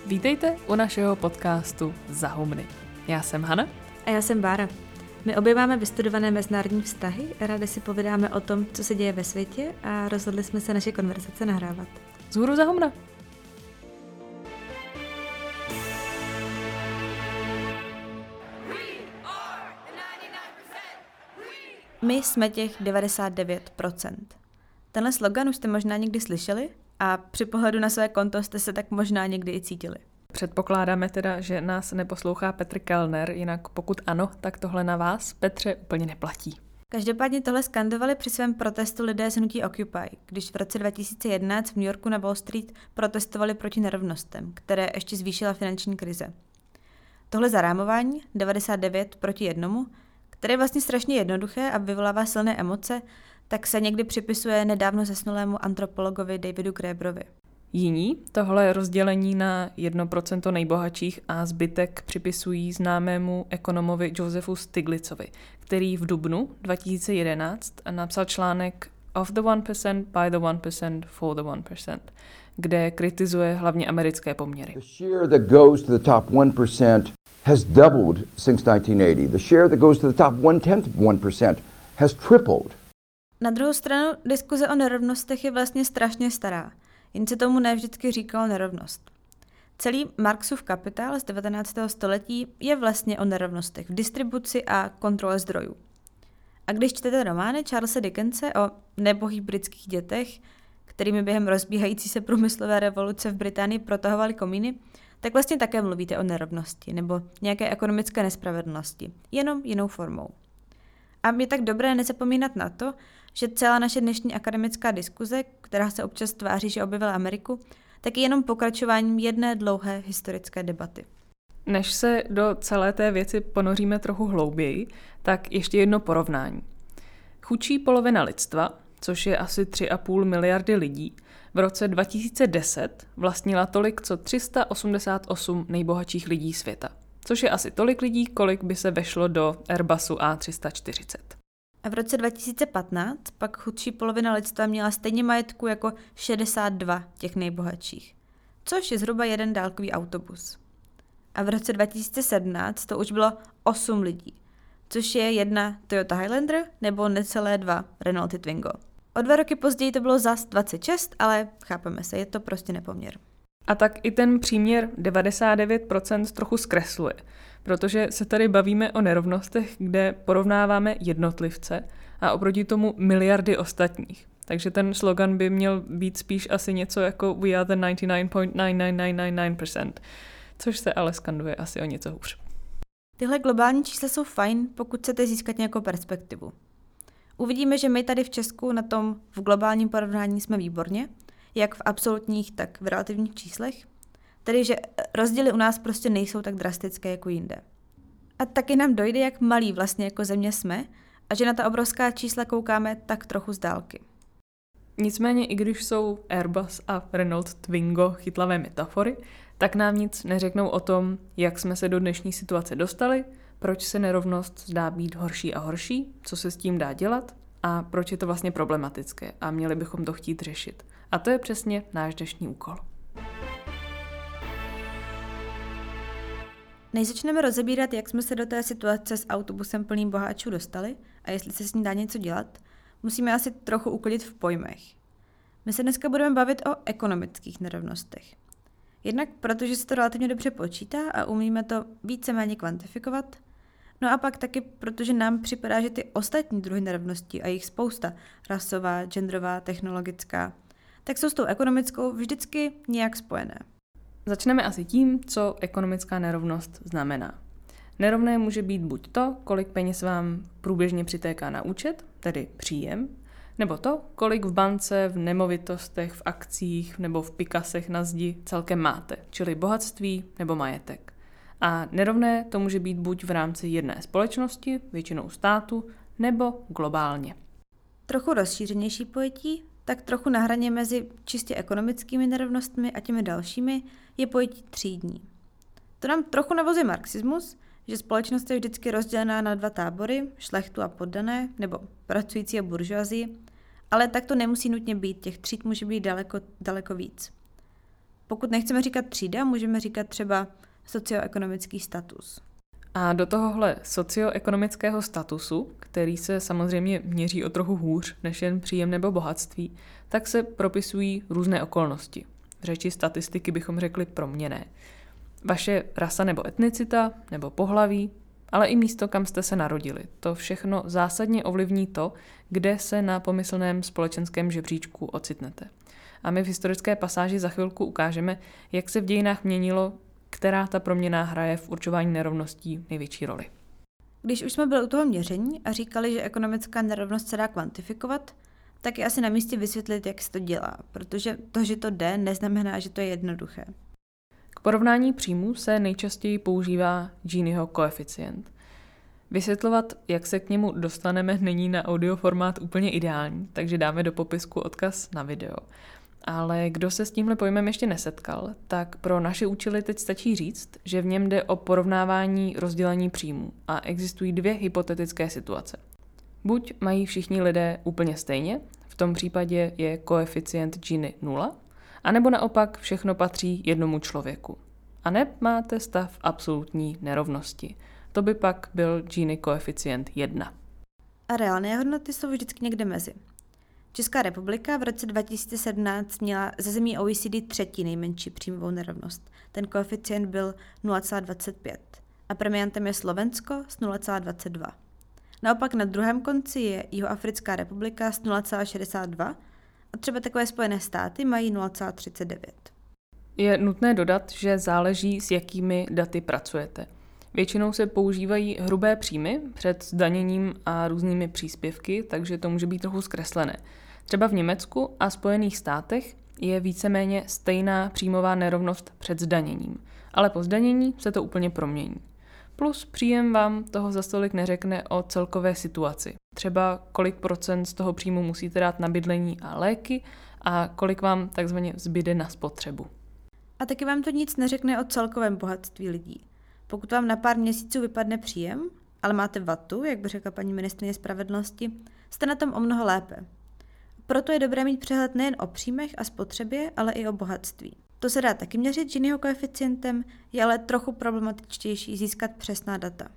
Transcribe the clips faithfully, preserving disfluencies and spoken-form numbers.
Vítejte u našeho podcastu Za humny. Já jsem Hana. A já jsem Bára. My obě máme vystudované mezinárodní vztahy, rádi si povídáme o tom, co se děje ve světě a rozhodli jsme se naše konverzace nahrávat. Zhůru za humna! My jsme těch devadesát devět procent. Tenhle slogan už jste možná někdy slyšeli a při pohledu na své konto jste se tak možná někdy i cítili. Předpokládáme teda, že nás neposlouchá Petr Kellner, jinak pokud ano, tak tohle na vás, Petře, úplně neplatí. Každopádně tohle skandovali při svém protestu lidé z hnutí Occupy, když v roce dva tisíce jedenáct v New Yorku na Wall Street protestovali proti nerovnostem, které ještě zvýšila finanční krize. Tohle zarámování, devadesát devět proti jednomu, které je vlastně strašně jednoduché a vyvolává silné emoce, tak se někdy připisuje nedávno zesnulému antropologovi Davidu Graeberovi. Jiní tohle rozdělení na jedno procento nejbohatších a zbytek připisují známému ekonomovi Josephu Stiglicovi, který v dubnu dva tisíce jedenáct napsal článek Of the one percent, by the one percent, for the one percent, kde kritizuje hlavně americké poměry. The share that goes to the top one percent has doubled since nineteen eighty. The share that goes to the top one-tenth of one percent has tripled. Na druhou stranu, diskuze o nerovnostech je vlastně strašně stará, jen se tomu ne vždycky říkalo nerovnost. Celý Marxův kapitál z devatenáctého století je vlastně o nerovnostech v distribuci a kontrole zdrojů. A když čtete romány Charlesa Dickense o nebohých britských dětech, kterými během rozbíhající se průmyslové revoluce v Británii protahovali komíny, tak vlastně také mluvíte o nerovnosti nebo nějaké ekonomické nespravedlnosti, jenom jinou formou. A je tak dobré nezapomínat na to, že celá naše dnešní akademická diskuze, která se občas tváří, že objevila Ameriku, tak je jenom pokračováním jedné dlouhé historické debaty. Než se do celé té věci ponoříme trochu hlouběji, tak ještě jedno porovnání. Chudší polovina lidstva, což je asi tři a půl miliardy lidí, v roce dva tisíce deset vlastnila tolik co tři sta osmdesát osm nejbohatších lidí světa, což je asi tolik lidí, kolik by se vešlo do Airbusu A tři sta čtyřicet. A v roce dva tisíce patnáct pak chudší polovina lidstva měla stejně majetku jako šedesát dva těch nejbohatších, což je zhruba jeden dálkový autobus. A v roce dva tisíce sedmnáct to už bylo osm lidí, což je jedna Toyota Highlander nebo necelé dva Renaulty Twingo. O dva roky později to bylo zas dvacet šest, ale chápeme se, je to prostě nepoměr. A tak i ten příměr devadesát devět procent trochu zkresluje, protože se tady bavíme o nerovnostech, kde porovnáváme jednotlivce a oproti tomu miliardy ostatních. Takže ten slogan by měl být spíš asi něco jako We are the ninety-nine point nine nine nine nine nine percent, což se ale skanduje asi o něco hůř. Tyhle globální čísla jsou fajn, pokud chcete získat nějakou perspektivu. Uvidíme, že my tady v Česku na tom v globálním porovnání jsme výborně, jak v absolutních, tak v relativních číslech, tedy že rozdíly u nás prostě nejsou tak drastické jako jinde. A taky nám dojde, jak malí vlastně jako země jsme a že na ta obrovská čísla koukáme tak trochu z dálky. Nicméně, i když jsou Airbus a Renault Twingo chytlavé metafory, tak nám nic neřeknou o tom, jak jsme se do dnešní situace dostali, proč se nerovnost zdá být horší a horší, co se s tím dá dělat a proč je to vlastně problematické a měli bychom to chtít řešit. A to je přesně náš dnešní úkol. Než začneme rozebírat, jak jsme se do té situace s autobusem plným boháčů dostali a jestli se s ní dá něco dělat, musíme asi trochu uklidit v pojmech. My se dneska budeme bavit o ekonomických nerovnostech. Jednak protože se to relativně dobře počítá a umíme to víceméně kvantifikovat, no a pak taky protože nám připadá, že ty ostatní druhy nerovností a jich spousta, rasová, genderová, technologická, tak jsou s tou ekonomickou vždycky nějak spojené. Začneme asi tím, co ekonomická nerovnost znamená. Nerovné může být buď to, kolik peněz vám průběžně přitéká na účet, tedy příjem, nebo to, kolik v bance, v nemovitostech, v akcích nebo v pikasech na zdi celkem máte, čili bohatství nebo majetek. A nerovné to může být buď v rámci jedné společnosti, většinou státu, nebo globálně. Trochu rozšířenější pojetí, tak trochu na hraně mezi čistě ekonomickými nerovnostmi a těmi dalšími je pojetí třídní. To nám trochu navozuje marxismus, že společnost je vždycky rozdělená na dva tábory, šlechtu a poddané, nebo pracující a buržoazii, ale tak to nemusí nutně být, těch tříd může být daleko, daleko víc. Pokud nechceme říkat třída, můžeme říkat třeba socioekonomický status. A do tohohle socioekonomického statusu, který se samozřejmě měří o trochu hůř než jen příjem nebo bohatství, tak se propisují různé okolnosti. V řeči statistiky bychom řekli proměnné. Vaše rasa nebo etnicita, nebo pohlaví, ale i místo, kam jste se narodili. To všechno zásadně ovlivní to, kde se na pomyslném společenském žebříčku ocitnete. A my v historické pasáži za chvilku ukážeme, jak se v dějinách měnilo, která ta proměna hraje v určování nerovností největší roli. Když už jsme byli u toho měření a říkali, že ekonomická nerovnost se dá kvantifikovat, tak je asi na místě vysvětlit, jak se to dělá, protože to, že to jde, neznamená, že to je jednoduché. K porovnání příjmů se nejčastěji používá Giniho koeficient. Vysvětlovat, jak se k němu dostaneme, není na audioformát úplně ideální, takže dáme do popisku odkaz na video. Ale kdo se s tímhle pojmem ještě nesetkal, tak pro naše účely teď stačí říct, že v něm jde o porovnávání rozdělení příjmů a existují dvě hypotetické situace. Buď mají všichni lidé úplně stejně, v tom případě je koeficient Gini nula, anebo naopak všechno patří jednomu člověku. A ne máte stav absolutní nerovnosti. To by pak byl Gini koeficient jedna. A reálné hodnoty jsou vždycky někde mezi. Česká republika v roce dva tisíce sedmnáct měla ze zemí O E C D třetí nejmenší příjmovou nerovnost. Ten koeficient byl nula celá dvacet pět a premiantem je Slovensko s nula celá dvacet dva. Naopak na druhém konci je Jihoafrická republika s nula celá šedesát dva a třeba takové Spojené státy mají nula celá třicet devět. Je nutné dodat, že záleží, s jakými daty pracujete. Většinou se používají hrubé příjmy před zdaněním a různými příspěvky, takže to může být trochu zkreslené. Třeba v Německu a Spojených státech je víceméně stejná příjmová nerovnost před zdaněním, ale po zdanění se to úplně promění. Plus příjem vám toho za stolik neřekne o celkové situaci. Třeba kolik procent z toho příjmu musíte dát na bydlení a léky a kolik vám takzvaně zbyde na spotřebu. A taky vám to nic neřekne o celkovém bohatství lidí. Pokud vám na pár měsíců vypadne příjem, ale máte vatu, jak by řekla paní ministryně spravedlnosti, jste na tom o mnoho lépe. Proto je dobré mít přehled nejen o příjmech a spotřebě, ale i o bohatství. To se dá taky měřit Giniho koeficientem, je ale trochu problematičtější získat přesná data.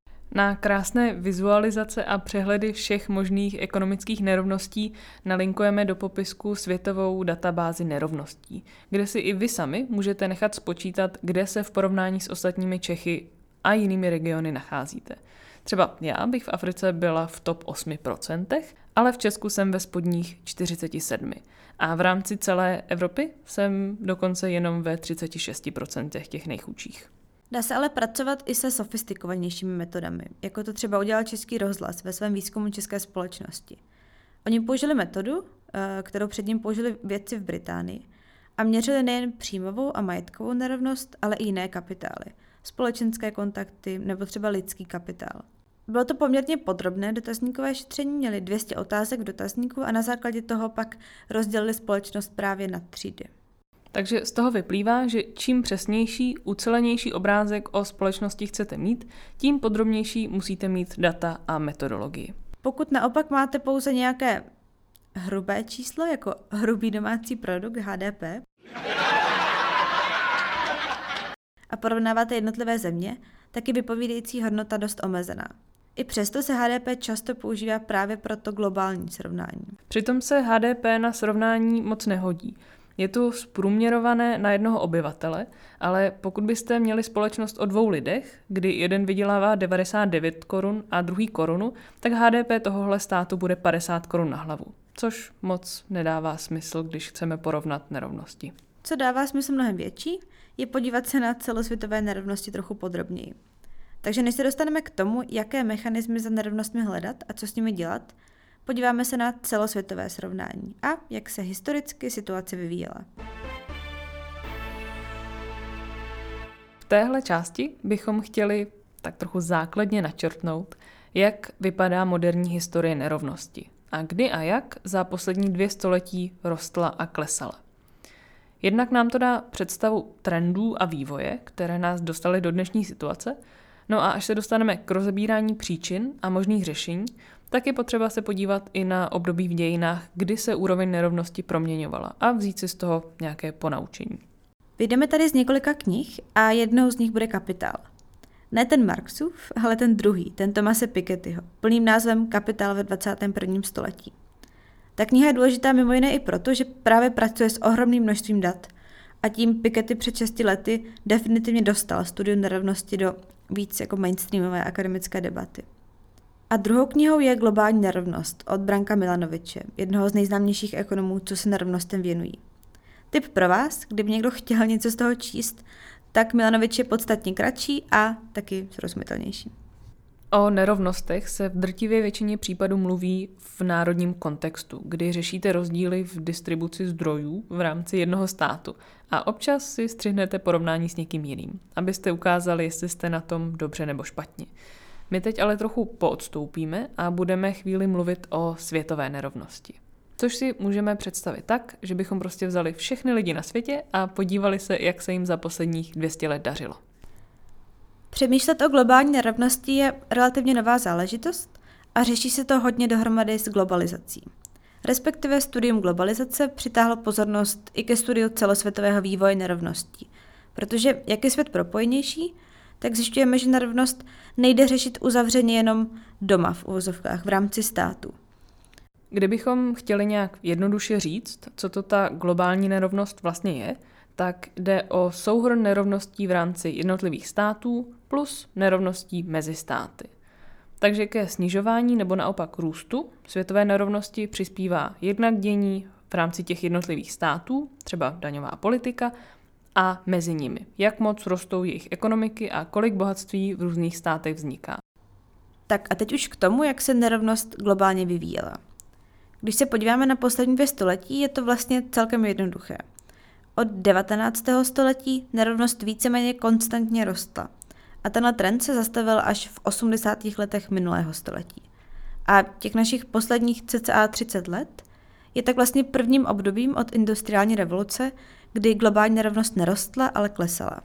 Na krásné vizualizace a přehledy všech možných ekonomických nerovností nalinkujeme do popisku světovou databázi nerovností, kde si i vy sami můžete nechat spočítat, kde se v porovnání s ostatními Čechy a jinými regiony nacházíte. Třeba já bych v Africe byla v top osm procent, ale v Česku jsem ve spodních čtyřicet sedm procent. A v rámci celé Evropy jsem dokonce jenom ve třicet šest procent těch nejchudších. Dá se ale pracovat i se sofistikovanějšími metodami, jako to třeba udělal Český rozhlas ve svém výzkumu české společnosti. Oni použili metodu, kterou předtím použili vědci v Británii, a měřili nejen příjmovou a majetkovou nerovnost, ale i jiné kapitály, společenské kontakty nebo třeba lidský kapitál. Bylo to poměrně podrobné dotazníkové šetření, měli dvě stě otázek v dotazníku a na základě toho pak rozdělili společnost právě na třídy. Takže z toho vyplývá, že čím přesnější, ucelenější obrázek o společnosti chcete mít, tím podrobnější musíte mít data a metodologii. Pokud naopak máte pouze nějaké hrubé číslo, jako hrubý domácí produkt H D P, a porovnáváte jednotlivé země, tak je vypovídající hodnota dost omezená. I přesto se H D P často používá právě pro to globální srovnání. Přitom se H D P na srovnání moc nehodí. Je to zprůměrované na jednoho obyvatele, ale pokud byste měli společnost o dvou lidech, kdy jeden vydělává devadesát devět korun a druhý korunu, tak H D P tohohle státu bude padesát korun na hlavu, což moc nedává smysl, když chceme porovnat nerovnosti. Co dává smysl mnohem větší, je podívat se na celosvětové nerovnosti trochu podrobněji. Takže než se dostaneme k tomu, jaké mechanismy za nerovnostmi hledat a co s nimi dělat, podíváme se na celosvětové srovnání a jak se historicky situace vyvíjela. V téhle části bychom chtěli tak trochu základně načrtnout, jak vypadá moderní historie nerovnosti a kdy a jak za poslední dvě století rostla a klesala. Jednak nám to dá představu trendů a vývoje, které nás dostaly do dnešní situace, no a až se dostaneme k rozebírání příčin a možných řešení, tak je potřeba se podívat i na období v dějinách, kdy se úroveň nerovnosti proměňovala a vzít si z toho nějaké ponaučení. Vyjdeme tady z několika knih a jednou z nich bude Kapitál. Ne ten Marxův, ale ten druhý, ten Thomase Pikettyho, plným názvem Kapitál ve dvacátém prvním století. Ta kniha je důležitá mimo jiné i proto, že právě pracuje s ohromným množstvím dat a tím Piketty před šesti lety definitivně dostal studium nerovnosti do víc jako mainstreamové akademické debaty. A druhou knihou je Globální nerovnost od Branka Milanoviče, jednoho z nejznámějších ekonomů, co se nerovnostem věnují. Tip pro vás, kdyby někdo chtěl něco z toho číst, tak Milanovič je podstatně kratší a taky srozumitelnější. O nerovnostech se v drtivé většině případů mluví v národním kontextu, kdy řešíte rozdíly v distribuci zdrojů v rámci jednoho státu a občas si střihnete porovnání s někým jiným, abyste ukázali, jestli jste na tom dobře nebo špatně. My teď ale trochu poodstoupíme a budeme chvíli mluvit o světové nerovnosti. Což si můžeme představit tak, že bychom prostě vzali všechny lidi na světě a podívali se, jak se jim za posledních dvě stě let dařilo. Přemýšlet o globální nerovnosti je relativně nová záležitost a řeší se to hodně dohromady s globalizací. Respektive studium globalizace přitáhlo pozornost i ke studiu celosvětového vývoje nerovností. Protože jak je svět propojenější, tak zjišťujeme, že nerovnost nejde řešit uzavřeně jenom doma v uvozovkách v rámci státu. Kdybychom chtěli nějak jednoduše říct, co to ta globální nerovnost vlastně je, tak jde o souhrn nerovností v rámci jednotlivých států plus nerovností mezi státy. Takže ke snižování nebo naopak růstu světové nerovnosti přispívá jednak dění v rámci těch jednotlivých států, třeba daňová politika, a mezi nimi, jak moc rostou jejich ekonomiky a kolik bohatství v různých státech vzniká. Tak a teď už k tomu, jak se nerovnost globálně vyvíjela. Když se podíváme na poslední dvě století, je to vlastně celkem jednoduché. Od devatenáctého století nerovnost víceméně konstantně rostla. A tenhle trend se zastavil až v osmdesátých letech minulého století. A těch našich posledních cca třicet let je tak vlastně prvním obdobím od industriální revoluce, kdy globální nerovnost nerostla, ale klesala.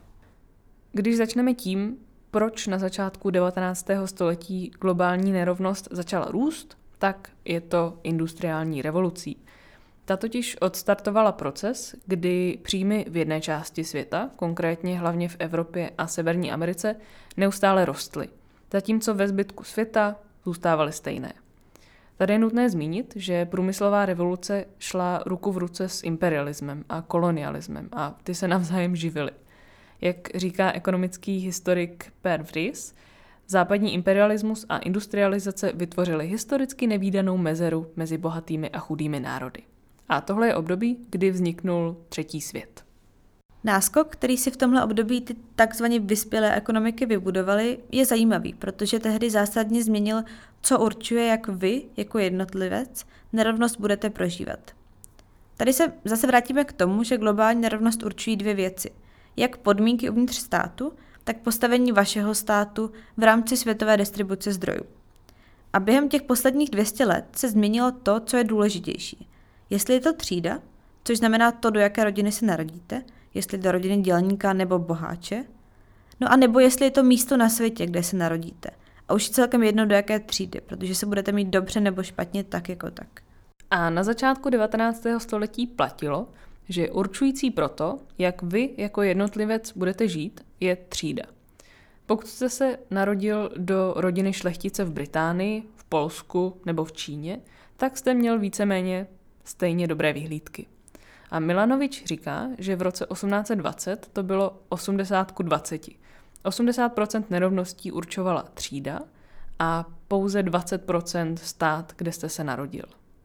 Když začneme tím, proč na začátku devatenáctého století globální nerovnost začala růst, tak je to industriální revolucí. Ta totiž odstartovala proces, kdy příjmy v jedné části světa, konkrétně hlavně v Evropě a Severní Americe, neustále rostly, zatímco ve zbytku světa zůstávaly stejné. Tady je nutné zmínit, že průmyslová revoluce šla ruku v ruce s imperialismem a kolonialismem a ty se navzájem živily. Jak říká ekonomický historik Per Vries, západní imperialismus a industrializace vytvořily historicky nevídanou mezeru mezi bohatými a chudými národy. A tohle je období, kdy vzniknul třetí svět. Náskok, který si v tomhle období ty takzvaně vyspělé ekonomiky vybudovaly, je zajímavý, protože tehdy zásadně změnil, co určuje, jak vy, jako jednotlivec, nerovnost budete prožívat. Tady se zase vrátíme k tomu, že globální nerovnost určují dvě věci. Jak podmínky uvnitř státu, tak postavení vašeho státu v rámci světové distribuce zdrojů. A během těch posledních dvě stě let se změnilo to, co je důležitější. Jestli je to třída, což znamená to, do jaké rodiny se narodíte, jestli do rodiny dělníka nebo boháče, no a nebo jestli je to místo na světě, kde se narodíte. A už je celkem jedno, do jaké třídy, protože se budete mít dobře nebo špatně tak jako tak. A na začátku devatenáctého století platilo, že určující pro to, jak vy jako jednotlivec budete žít, je třída. Pokud jste se narodil do rodiny šlechtice v Británii, v Polsku nebo v Číně, tak jste měl víceméně stejně dobré vyhlídky. A Milanovič říká, že v roce osmnáct set dvacet to bylo osmdesát ku dvaceti. osmdesát procent nerovností určovala třída a pouze dvacet procent stát, kde jste se narodil.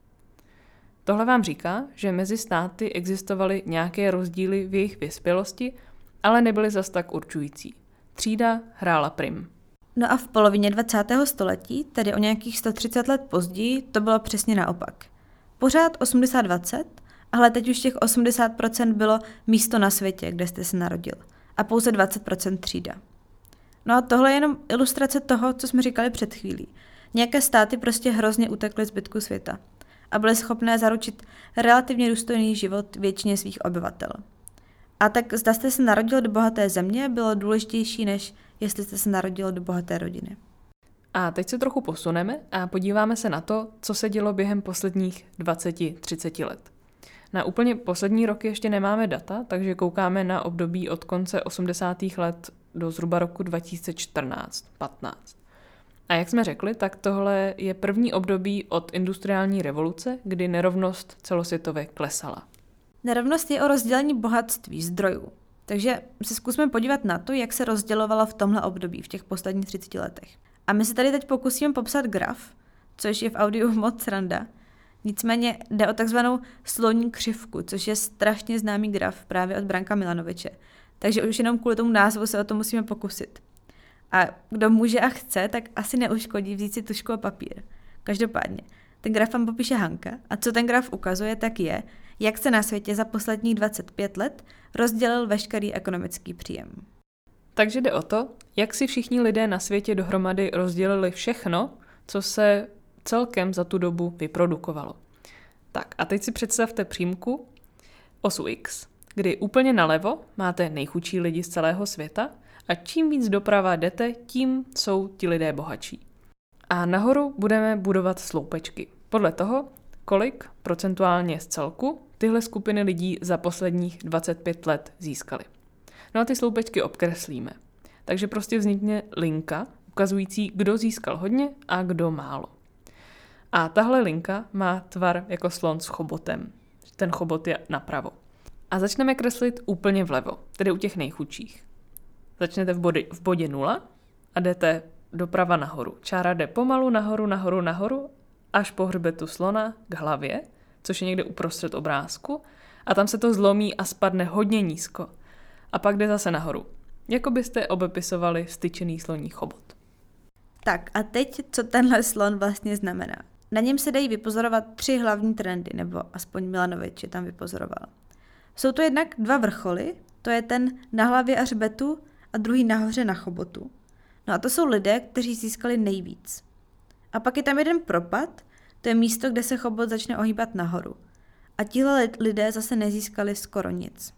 Tohle vám říká, že mezi státy existovaly nějaké rozdíly v jejich vyspělosti, ale nebyly zas tak určující. Třída hrála prim. No a v polovině dvacátého století, tedy o nějakých sto třicet let později, to bylo přesně naopak. Pořád osmdesát dvacet, ale teď už těch osmdesát procent bylo místo na světě, kde jste se narodil. A pouze dvacet procent třída. No a tohle je jenom ilustrace toho, co jsme říkali před chvílí. Nějaké státy prostě hrozně utekly zbytku světa a byly schopné zaručit relativně důstojný život většině svých obyvatel. A tak zda jste se narodil do bohaté země, bylo důležitější, než jestli jste se narodil do bohaté rodiny. A teď se trochu posuneme a podíváme se na to, co se dělo během posledních dvacet třicet let. Na úplně poslední roky ještě nemáme data, takže koukáme na období od konce osmdesátých let do zhruba roku dva tisíce čtrnáct patnáct. A jak jsme řekli, tak tohle je první období od industriální revoluce, kdy nerovnost celosvětově klesala. Nerovnost je o rozdělení bohatství, zdrojů. Takže se zkusme podívat na to, jak se rozdělovalo v tomhle období, v těch posledních třiceti letech. A my se tady teď pokusíme popsat graf, což je v audiu moc sranda. Nicméně jde o takzvanou sloní křivku, což je strašně známý graf právě od Branka Milanoviče. Takže už jenom kvůli tomu názvu se o to musíme pokusit. A kdo může a chce, tak asi neuškodí vzít si tužku a papír. Každopádně, ten graf vám popíše Hanka a co ten graf ukazuje, tak je, jak se na světě za posledních dvacet pět let rozdělil veškerý ekonomický příjem. Takže jde o to, jak si všichni lidé na světě dohromady rozdělili všechno, co se celkem za tu dobu vyprodukovalo. Tak a teď si představte přímku osu X, kdy úplně nalevo máte nejchudší lidi z celého světa a čím víc doprava jdete, tím jsou ti lidé bohatší. A nahoru budeme budovat sloupečky. Podle toho, kolik procentuálně z celku tyhle skupiny lidí za posledních dvacet pět let získaly. No a ty sloupečky obkreslíme. Takže prostě vznikne linka, ukazující, kdo získal hodně a kdo málo. A tahle linka má tvar jako slon s chobotem. Ten chobot je napravo. A začneme kreslit úplně vlevo, tedy u těch nejchudších. Začnete v, body, v bodě nula a jdete doprava nahoru. Čára jde pomalu nahoru, nahoru, nahoru, až po hřbetu slona k hlavě, což je někde uprostřed obrázku, a tam se to zlomí a spadne hodně nízko. A pak jde zase nahoru. Jako byste obepisovali styčený sloní chobot. Tak a teď, co tenhle slon vlastně znamená? Na něm se dají vypozorovat tři hlavní trendy, nebo aspoň Milanovič je tam vypozoroval. Jsou to jednak dva vrcholy, to je ten na hlavě a hřbetu a druhý nahoře na chobotu. No a to jsou lidé, kteří získali nejvíc. A pak je tam jeden propad, to je místo, kde se chobot začne ohýbat nahoru. A tihle lidé zase nezískali skoro nic.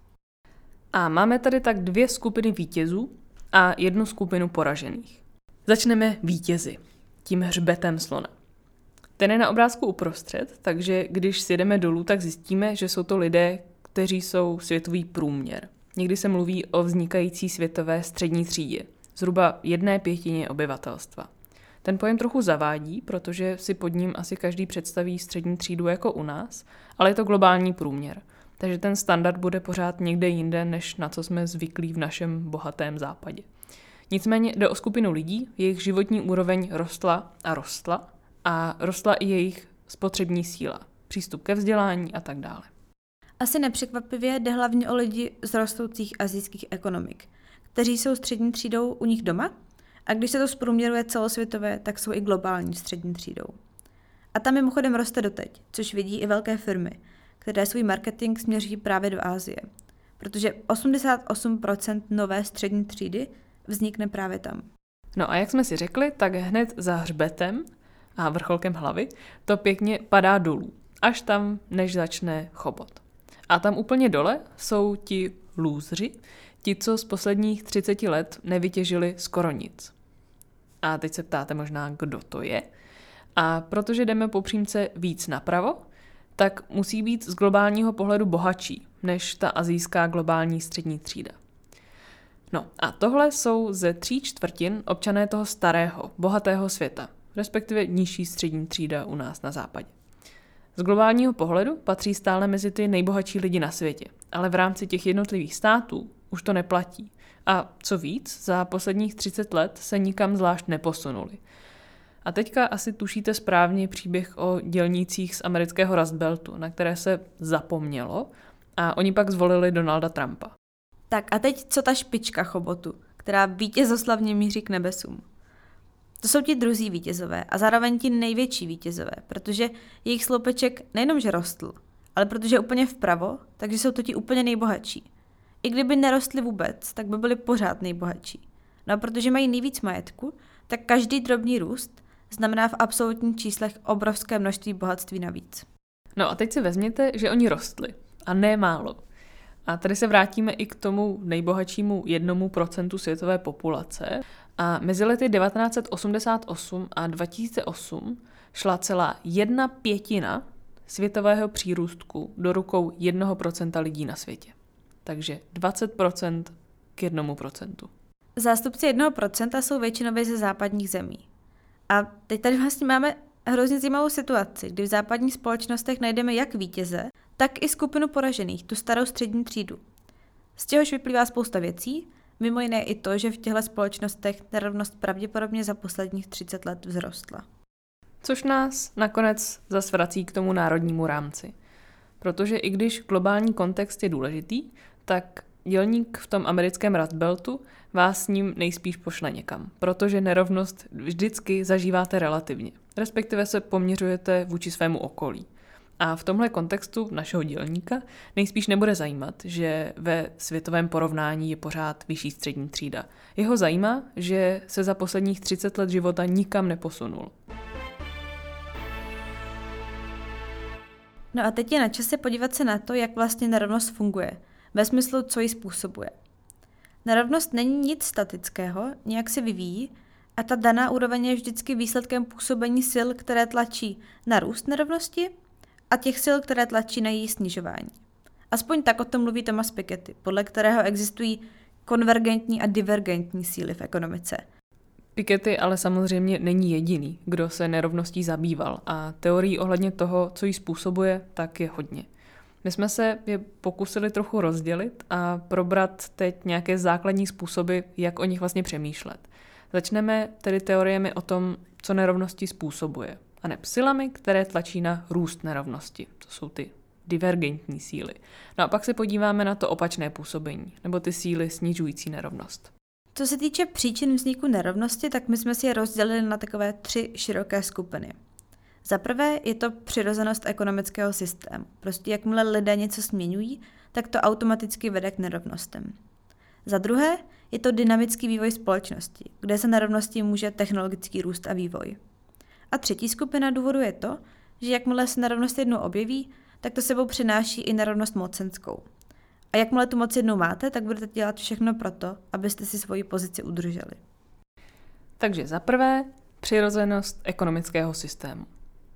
A máme tady tak dvě skupiny vítězů a jednu skupinu poražených. Začneme vítězi, tím hřbetem slona. Ten je na obrázku uprostřed, takže když si jdeme dolů, tak zjistíme, že jsou to lidé, kteří jsou světový průměr. Někdy se mluví o vznikající světové střední třídě, zhruba jedné pětině obyvatelstva. Ten pojem trochu zavádí, protože si pod ním asi každý představí střední třídu jako u nás, ale je to globální průměr. Takže ten standard bude pořád někde jinde, než na co jsme zvyklí v našem bohatém západě. Nicméně jde o skupinu lidí, jejich životní úroveň rostla a rostla a rostla i jejich spotřební síla, přístup ke vzdělání a tak dále. Asi nepřekvapivě jde hlavně o lidi z rostoucích asijských ekonomik, kteří jsou střední třídou u nich doma a když se to zprůměruje celosvětové, tak jsou i globální střední třídou. A tam mimochodem roste doteď, což vidí i velké firmy, které svůj marketing směří právě do Asie, protože osmdesát osm procent nové střední třídy vznikne právě tam. No a jak jsme si řekli, tak hned za hřbetem a vrcholkem hlavy to pěkně padá dolů, až tam, než začne chobot. A tam úplně dole jsou ti lůzři, ti, co z posledních třicet let nevytěžili skoro nic. A teď se ptáte možná, kdo to je. A protože jdeme po přímce víc napravo, tak musí být z globálního pohledu bohatší než ta asijská globální střední třída. No a tohle jsou ze tří čtvrtin občané toho starého, bohatého světa, respektive nižší střední třída u nás na západě. Z globálního pohledu patří stále mezi ty nejbohatší lidi na světě, ale v rámci těch jednotlivých států už to neplatí. A co víc, za posledních třicet let se nikam zvlášť neposunuli. A teďka asi tušíte správně příběh o dělnících z amerického Rust Beltu, na které se zapomnělo a oni pak zvolili Donalda Trumpa. Tak a teď co ta špička chobotu, která vítězoslavně míří k nebesům? To jsou ti druzí vítězové a zároveň ti největší vítězové, protože jejich sloupeček nejenom, že rostl, ale protože je úplně vpravo, takže jsou to ti úplně nejbohatší. I kdyby nerostli vůbec, tak by byli pořád nejbohatší. No a protože mají nejvíc majetku, tak každý drobný růst znamená v absolutních číslech obrovské množství bohatství navíc. No a teď si vezměte, že oni rostli. A ne málo. A tady se vrátíme i k tomu nejbohatšímu jednomu procentu světové populace. A mezi lety devatenáct set osmdesát osm a dva tisíce osm šla celá jedna pětina světového přírůstku do rukou jednoho procenta lidí na světě. Takže dvacet procent k jednomu procentu. Zástupci jednoho procenta jsou většinově ze západních zemí. A teď tady vlastně máme hrozně zajímavou situaci, kdy v západních společnostech najdeme jak vítěze, tak i skupinu poražených, tu starou střední třídu. Z čehož vyplývá spousta věcí, mimo jiné i to, že v těchto společnostech nerovnost pravděpodobně za posledních třicet let vzrostla. Což nás nakonec zas vrací k tomu národnímu rámci. Protože i když globální kontext je důležitý, tak dělník v tom americkém Rust Beltu vás s ním nejspíš pošle někam, protože nerovnost vždycky zažíváte relativně, respektive se poměřujete vůči svému okolí. A v tomhle kontextu našeho dělníka nejspíš nebude zajímat, že ve světovém porovnání je pořád vyšší střední třída. Jeho zajímá, že se za posledních třicet let života nikam neposunul. No a teď je na čase podívat se na to, jak vlastně nerovnost funguje, ve smyslu, co ji způsobuje. Nerovnost není nic statického, nějak se vyvíjí a ta daná úroveň je vždycky výsledkem působení sil, které tlačí na růst nerovnosti a těch sil, které tlačí na její snižování. Aspoň tak o tom mluví Thomas Piketty, podle kterého existují konvergentní a divergentní síly v ekonomice. Piketty ale samozřejmě není jediný, kdo se nerovností zabýval a teorií ohledně toho, co ji způsobuje, tak je hodně. My jsme se je pokusili trochu rozdělit a probrat teď nějaké základní způsoby, jak o nich vlastně přemýšlet. Začneme tedy teoriemi o tom, co nerovnosti způsobuje, a ne silami, které tlačí na růst nerovnosti. To jsou ty divergentní síly. No a pak se podíváme na to opačné působení, nebo ty síly snižující nerovnost. Co se týče příčin vzniku nerovnosti, tak my jsme si je rozdělili na takové tři široké skupiny. Za prvé je to přirozenost ekonomického systému. Prostě jakmile lidé něco změňují, tak to automaticky vede k nerovnostem. Za druhé je to dynamický vývoj společnosti, kde se nerovnosti může technologický růst a vývoj. A třetí skupina důvodu je to, že jakmile se nerovnost jednou objeví, tak to sebou přináší i nerovnost mocenskou. A jakmile tu moc jednou máte, tak budete dělat všechno pro to, abyste si svoji pozici udrželi. Takže za prvé přirozenost ekonomického systému.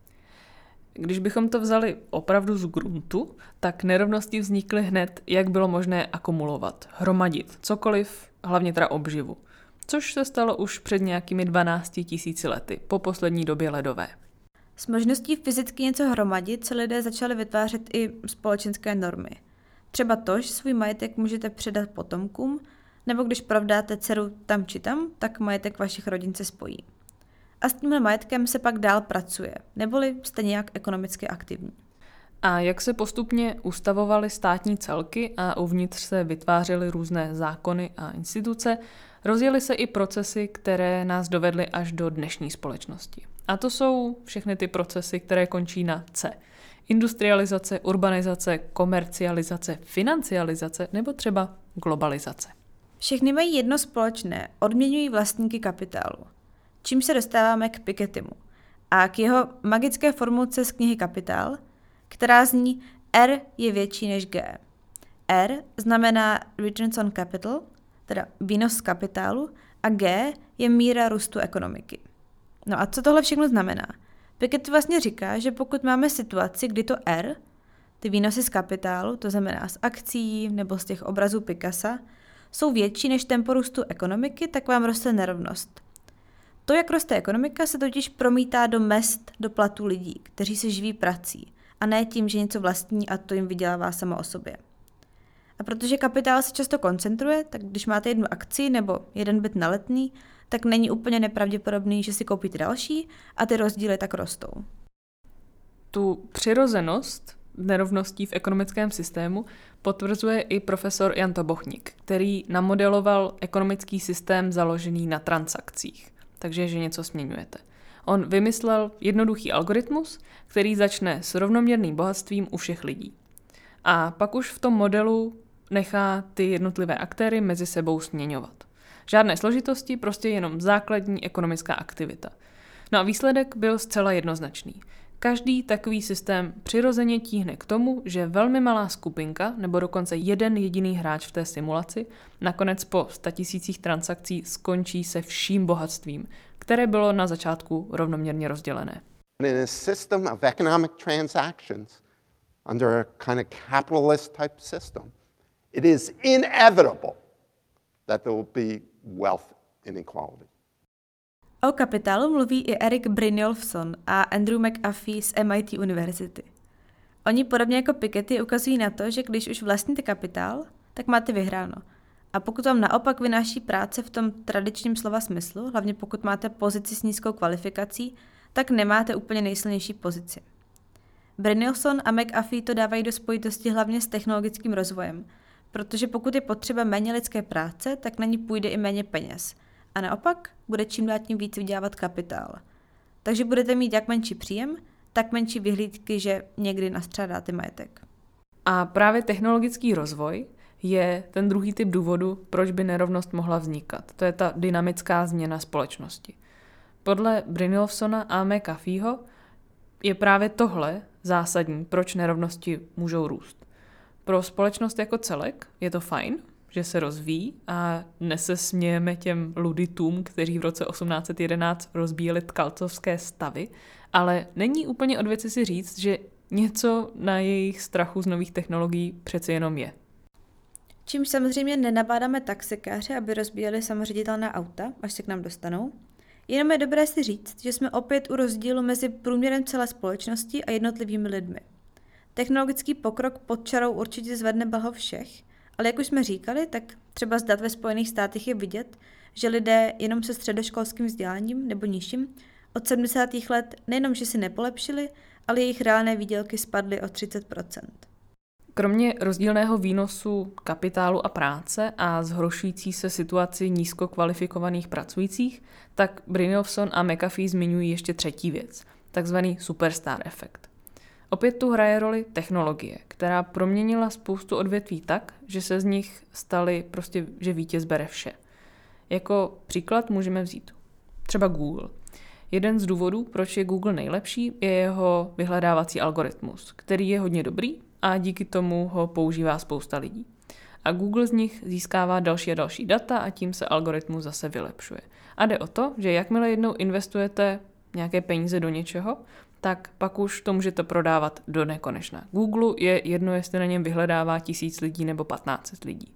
Když bychom to vzali opravdu z gruntu, tak nerovnosti vznikly hned, jak bylo možné akumulovat, hromadit, cokoliv, hlavně teda obživu. Což se stalo už před nějakými dvanácti tisíci lety, po poslední době ledové. S možností fyzicky něco hromadit se lidé začali vytvářet i společenské normy. Třeba to, že svůj majetek můžete předat potomkům, nebo když provdáte dceru tam či tam, tak majetek vašich rodin se spojí. A s tímhle majetkem se pak dál pracuje, neboli jste nějak ekonomicky aktivní. A jak se postupně ustavovaly státní celky a uvnitř se vytvářely různé zákony a instituce, rozjely se i procesy, které nás dovedly až do dnešní společnosti. A to jsou všechny ty procesy, které končí na C. Industrializace, urbanizace, komercializace, financializace nebo třeba globalizace. Všechny mají jedno společné, odměňují vlastníky kapitálu. Čím se dostáváme k Pikettymu a k jeho magické formulce z knihy Kapitál, která zní R je větší než G. R znamená returns on capital, teda výnos z kapitálu, a G je míra růstu ekonomiky. No a co tohle všechno znamená? Piketty vlastně říká, že pokud máme situaci, kdy to R, ty výnosy z kapitálu, to znamená z akcií nebo z těch obrazů Picassa, jsou větší než tempo růstu ekonomiky, tak vám roste nerovnost. To, jak roste ekonomika, se totiž promítá do mezd, do platů lidí, kteří se živí prací, a ne tím, že něco vlastní a to jim vydělává samo o sobě. A protože kapitál se často koncentruje, tak když máte jednu akci nebo jeden byt na Letný, tak není úplně nepravděpodobný, že si koupíte další a ty rozdíly tak rostou. Tu přirozenost nerovností v ekonomickém systému potvrzuje i profesor Jan Tobochník, který namodeloval ekonomický systém založený na transakcích, takže že něco směňujete. On vymyslel jednoduchý algoritmus, který začne s rovnoměrným bohatstvím u všech lidí. A pak už v tom modelu nechá ty jednotlivé aktéry mezi sebou směňovat. Žádné složitosti, prostě jenom základní ekonomická aktivita. No a výsledek byl zcela jednoznačný. Každý takový systém přirozeně tíhne k tomu, že velmi malá skupinka, nebo dokonce jeden jediný hráč v té simulaci, nakonec po statisících transakcí skončí se vším bohatstvím, které bylo na začátku rovnoměrně rozdělené. And in a system of economic transactions, under a kind of capitalist type system, it is inevitable that there will be wealth inequality. O kapitálu mluví i Eric Brynjolfsson a Andrew McAfee z M I T univerzity. Oni podobně jako Piketty ukazují na to, že když už vlastníte kapitál, tak máte vyhráno. A pokud vám naopak vynáší práce v tom tradičním slova smyslu, hlavně pokud máte pozici s nízkou kvalifikací, tak nemáte úplně nejsilnější pozici. Brynjolfsson a McAfee to dávají do spojitosti hlavně s technologickým rozvojem, protože pokud je potřeba méně lidské práce, tak na ní půjde i méně peněz. A naopak bude čím dál tím víc vydělávat kapitál. Takže budete mít jak menší příjem, tak menší vyhlídky, že někdy nastřádáte majetek. A právě technologický rozvoj je ten druhý typ důvodu, proč by nerovnost mohla vznikat. To je ta dynamická změna společnosti. Podle Brynjolfssona a McAfeeho je právě tohle zásadní, proč nerovnosti můžou růst. Pro společnost jako celek je to fajn, že se rozvíjí a dnes se smějeme těm luditům, kteří v roce osmnáct set jedenáct rozbíjeli tkalcovské stavy, ale není úplně od věci si říct, že něco na jejich strachu z nových technologií přeci jenom je. Čímž samozřejmě nenabádáme taxikáře, aby rozbíjeli samoředitelná auta, až se k nám dostanou. Jenom je dobré si říct, že jsme opět u rozdílu mezi průměrem celé společnosti a jednotlivými lidmi. Technologický pokrok pod čarou určitě zvedne blaho všech, ale jak už jsme říkali, tak třeba z dat ve Spojených státech je vidět, že lidé jenom se středoškolským vzděláním nebo nižším od sedmdesátých let nejenom, že si nepolepšili, ale jejich reálné výdělky spadly o třicet procent. Kromě rozdílného výnosu kapitálu a práce a zhoršující se situaci nízkokvalifikovaných pracujících, tak Brynjolfsson a McAfee zmiňují ještě třetí věc, takzvaný superstar efekt. Opět tu hraje roli technologie, která proměnila spoustu odvětví tak, že se z nich staly prostě, že vítěz bere vše. Jako příklad můžeme vzít třeba Google. Jeden z důvodů, proč je Google nejlepší, je jeho vyhledávací algoritmus, který je hodně dobrý a díky tomu ho používá spousta lidí. A Google z nich získává další a další data a tím se algoritmus zase vylepšuje. A jde o to, že jakmile jednou investujete nějaké peníze do něčeho, tak pak už to můžete prodávat do nekonečna. Google je jedno, jestli na něm vyhledává tisíc lidí nebo patnáct set lidí.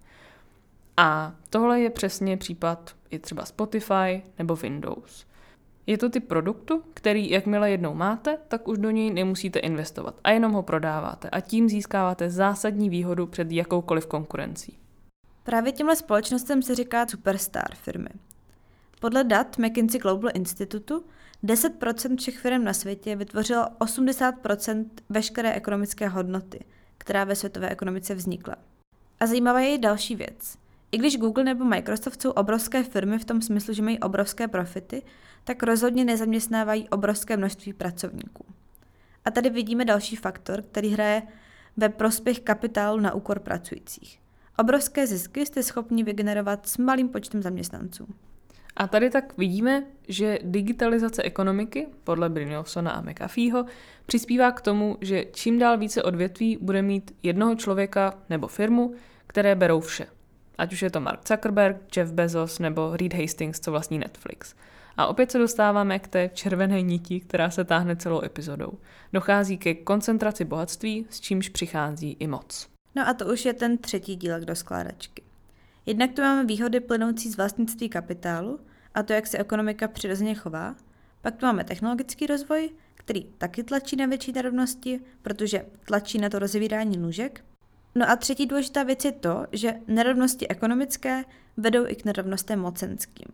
A tohle je přesně případ i třeba Spotify nebo Windows. Je to typ produktu, který jakmile jednou máte, tak už do něj nemusíte investovat a jenom ho prodáváte a tím získáváte zásadní výhodu před jakoukoliv konkurencí. Právě těmhle společnostem se říká superstar firmy. Podle dat McKinsey Global Institutu deset procent všech firm na světě vytvořilo osmdesát procent veškeré ekonomické hodnoty, která ve světové ekonomice vznikla. A zajímavá je i další věc. I když Google nebo Microsoft jsou obrovské firmy v tom smyslu, že mají obrovské profity, tak rozhodně nezaměstnávají obrovské množství pracovníků. A tady vidíme další faktor, který hraje ve prospěch kapitálu na úkor pracujících. Obrovské zisky jste schopni vygenerovat s malým počtem zaměstnanců. A tady tak vidíme, že digitalizace ekonomiky, podle Brynjolfssona a McAfeeho, přispívá k tomu, že čím dál více odvětví bude mít jednoho člověka nebo firmu, které berou vše. Ať už je to Mark Zuckerberg, Jeff Bezos nebo Reed Hastings, co vlastní Netflix. A opět se dostáváme k té červené niti, která se táhne celou epizodou. Dochází ke koncentraci bohatství, s čímž přichází i moc. No a to už je ten třetí dílek do skládačky. Jednak tu máme výhody plynoucí z vlastnictví kapitálu a to, jak se ekonomika přirozeně chová. Pak tu máme technologický rozvoj, který taky tlačí na větší nerovnosti, protože tlačí na to rozevírání nůžek. No a třetí důležitá věc je to, že nerovnosti ekonomické vedou i k nerovnostem mocenským.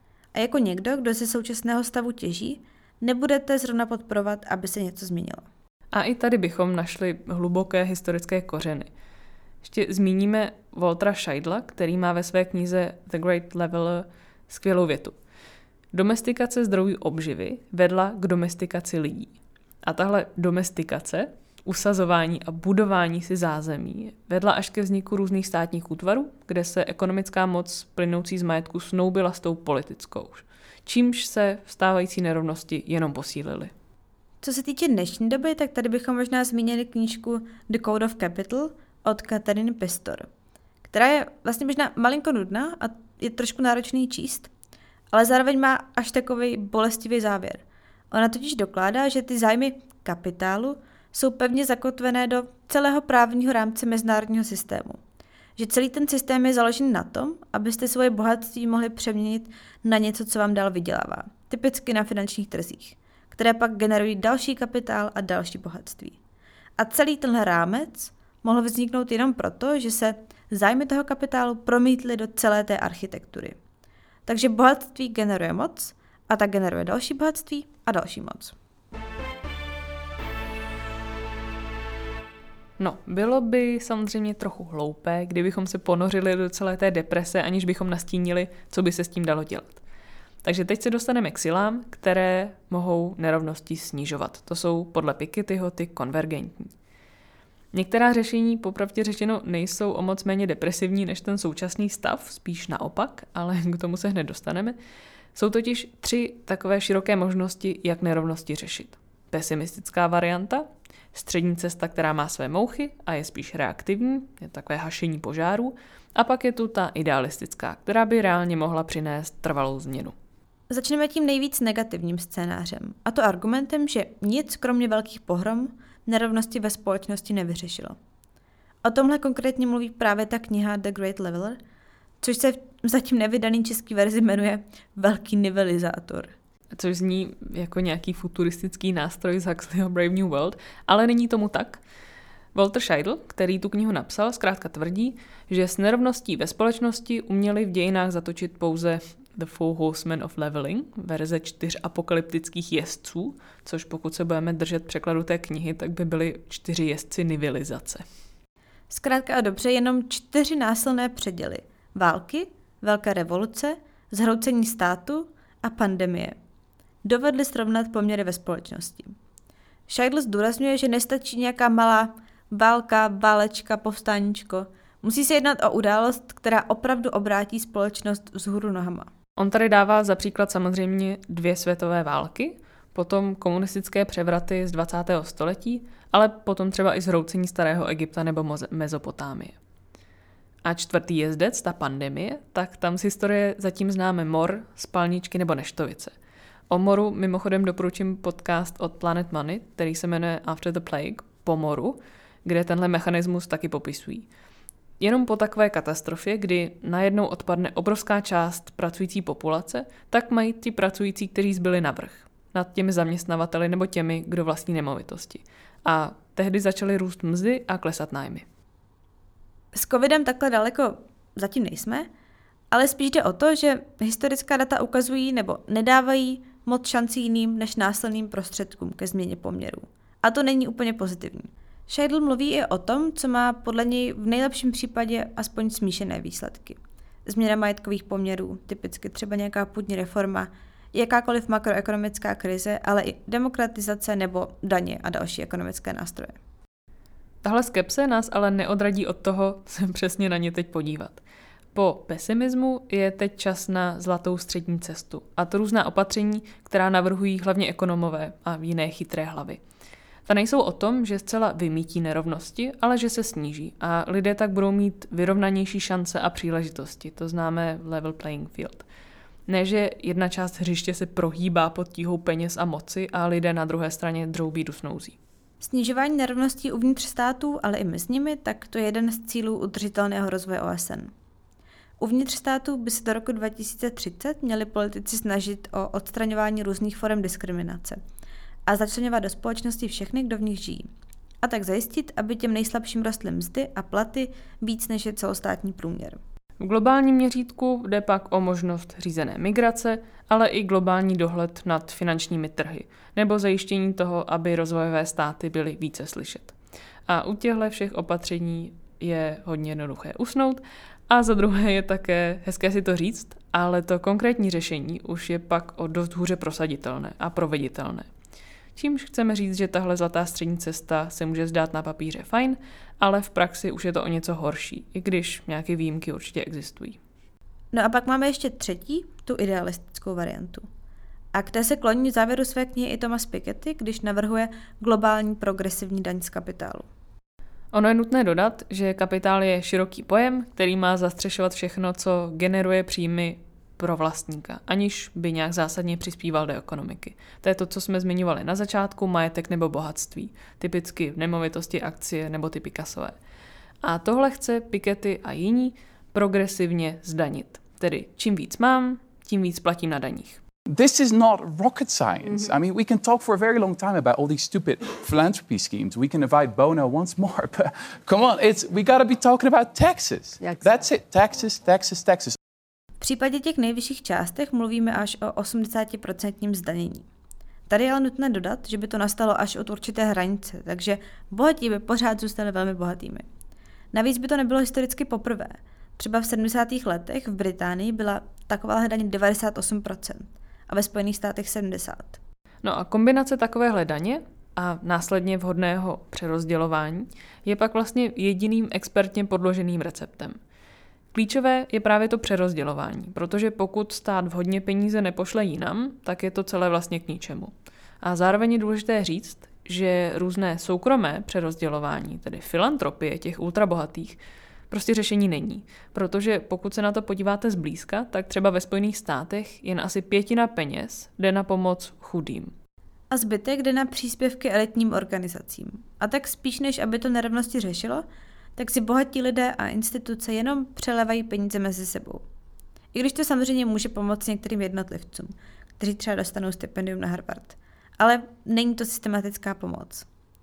A jako někdo, kdo ze současného stavu těží, nebudete zrovna podporovat, aby se něco změnilo. A i tady bychom našli hluboké historické kořeny. Ještě zmíníme Waltera Scheidla, který má ve své knize The Great Leveler skvělou větu. Domestikace zdrojů obživy vedla k domestikaci lidí. A tahle domestikace, usazování a budování si zázemí vedla až ke vzniku různých státních útvarů, kde se ekonomická moc plynoucí z majetku snoubila s tou politickou, čímž se vstávající nerovnosti jenom posílily. Co se týče dnešní doby, tak tady bychom možná zmínili knížku The Code of Capital od Katariny Pistor, která je vlastně možná malinko nudná a je trošku náročný číst, ale zároveň má až takový bolestivý závěr. Ona totiž dokládá, že ty zájmy kapitálu jsou pevně zakotvené do celého právního rámce mezinárodního systému. Že celý ten systém je založen na tom, abyste svoje bohatství mohli přeměnit na něco, co vám dál vydělává. Typicky na finančních trzích, které pak generují další kapitál a další bohatství. A celý tenhle rámec mohl vzniknout jenom proto, že se zájmy toho kapitálu promítly do celé té architektury. Takže bohatství generuje moc a tak generuje další bohatství a další moc. No, bylo by samozřejmě trochu hloupé, kdybychom se ponořili do celé té deprese, aniž bychom nastínili, co by se s tím dalo dělat. Takže teď se dostaneme k silám, které mohou nerovnosti snižovat. To jsou podle Pikettyho ty konvergentní. Některá řešení popravdě řečeno nejsou o moc méně depresivní než ten současný stav, spíš naopak, ale k tomu se hned dostaneme. Jsou totiž tři takové široké možnosti, jak nerovnosti řešit. Pesimistická varianta, střední cesta, která má své mouchy a je spíš reaktivní, je takové hašení požáru, a pak je tu ta idealistická, která by reálně mohla přinést trvalou změnu. Začneme tím nejvíc negativním scénářem, a to argumentem, že nic kromě velkých pohrom nerovnosti ve společnosti nevyřešilo. O tomhle konkrétně mluví právě ta kniha The Great Leveler, což se v zatím nevydaný český verzi jmenuje Velký nivelizátor. Což zní jako nějaký futuristický nástroj z Huxleyho Brave New World, ale není tomu tak. Walter Scheidel, který tu knihu napsal, zkrátka tvrdí, že s nerovností ve společnosti uměli v dějinách zatočit pouze The Four Horsemen of Leveling, verze čtyř apokalyptických jezdců, což pokud se budeme držet překladu té knihy, tak by byly čtyři jezdci nivelizace. Zkrátka a dobře, jenom čtyři násilné předěly. Války, velké revoluce, zhroucení státu a pandemie dovedly srovnat poměry ve společnosti. Scheidel zdůrazňuje, že nestačí nějaká malá válka, válečka, povstáníčko. Musí se jednat o událost, která opravdu obrátí společnost vzhůru nohama. On tady dává za příklad samozřejmě dvě světové války, potom komunistické převraty z dvacátého století, ale potom třeba i zhroucení starého Egypta nebo Mezopotámie. A čtvrtý jezdec, ta pandemie, tak tam z historie zatím známe mor, spalničky nebo neštovice. O moru mimochodem doporučím podcast od Planet Money, který se jmenuje After the Plague, po moru, kde tenhle mechanismus taky popisují. Jenom po takové katastrofě, kdy najednou odpadne obrovská část pracující populace, tak mají ti pracující, kteří zbyli navrch nad těmi zaměstnavateli nebo těmi, kdo vlastní nemovitosti. A tehdy začaly růst mzdy a klesat nájmy. S covidem takhle daleko zatím nejsme, ale spíš jde o to, že historická data ukazují nebo nedávají moc šancí jiným než násilným prostředkům ke změně poměrů. A to není úplně pozitivní. Scheidel mluví i o tom, co má podle něj v nejlepším případě aspoň smíšené výsledky. Změna majetkových poměrů, typicky třeba nějaká půdní reforma, jakákoliv makroekonomická krize, ale i demokratizace nebo daně a další ekonomické nástroje. Tahle skepse nás ale neodradí od toho se přesně na ně teď podívat. Po pesimismu je teď čas na zlatou střední cestu, a to různá opatření, která navrhují hlavně ekonomové a jiné chytré hlavy. Ta nejsou o tom, že zcela vymítí nerovnosti, ale že se sníží a lidé tak budou mít vyrovnanější šance a příležitosti, to známe level playing field. Ne, že jedna část hřiště se prohýbá pod tíhou peněz a moci a lidé na druhé straně droubí dusnouzí. Snižování nerovností uvnitř států, ale i mezi nimi, tak to je jeden z cílů udržitelného rozvoje O S N. Uvnitř států by se do roku dva tisíce třicet měli politici snažit o odstraňování různých forem diskriminace a začleňovat do společnosti všechny, kdo v nich žijí. A tak zajistit, aby těm nejslabším rostly mzdy a platy víc než je celostátní průměr. V globálním měřítku jde pak o možnost řízené migrace, ale i globální dohled nad finančními trhy, nebo zajištění toho, aby rozvojové státy byly více slyšet. A u těchto všech opatření je hodně jednoduché usnout, a za druhé je také hezké si to říct, ale to konkrétní řešení už je pak o dost hůře prosaditelné a proveditelné. Čímž chceme říct, že tahle zlatá střední cesta se může zdát na papíře fajn, ale v praxi už je to o něco horší, i když nějaké výjimky určitě existují. No a pak máme ještě třetí, tu idealistickou variantu. A k té se kloní v závěru své knihy i Thomas Piketty, když navrhuje globální progresivní daň z kapitálu. Ono je nutné dodat, že kapitál je široký pojem, který má zastřešovat všechno, co generuje příjmy pro vlastníka, aniž by nějak zásadně přispíval do ekonomiky. To je to, co jsme zmiňovali na začátku, majetek nebo bohatství, typicky nemovitosti, akcie nebo ty Picassové. A tohle chce Piketty a jiní progresivně zdanit. Tedy čím víc mám, tím víc platím na daních. This is not rocket science. I mean, we can talk for a very long time about all these stupid philanthropy schemes. We can invite Bono once more, but come on, it's we got to be talking about taxes. That's it, taxes, taxes, taxes. V případě těch nejvyšších částech mluvíme až o osmdesát procent zdanění. Tady je ale nutné dodat, že by to nastalo až od určité hranice, takže bohatí by pořád zůstali velmi bohatými. Navíc by to nebylo historicky poprvé. Třeba v sedmdesátých letech v Británii byla taková daň devadesát osm procent a ve Spojených státech sedmdesát procent. No a kombinace takovéhle daně a následně vhodného přerozdělování je pak vlastně jediným expertně podloženým receptem. Klíčové je právě to přerozdělování, protože pokud stát vhodně peníze nepošle jinam, tak je to celé vlastně k ničemu. A zároveň je důležité říct, že různé soukromé přerozdělování, tedy filantropie těch ultrabohatých, prostě řešení není. Protože pokud se na to podíváte zblízka, tak třeba ve Spojených státech jen asi pětina peněz jde na pomoc chudým. A zbytek jde na příspěvky elitním organizacím. A tak spíš než aby to nerovnosti řešilo, tak si bohatí lidé a instituce jenom přelevají peníze mezi sebou. I když to samozřejmě může pomoct některým jednotlivcům, kteří třeba dostanou stipendium na Harvard. Ale není to systematická pomoc.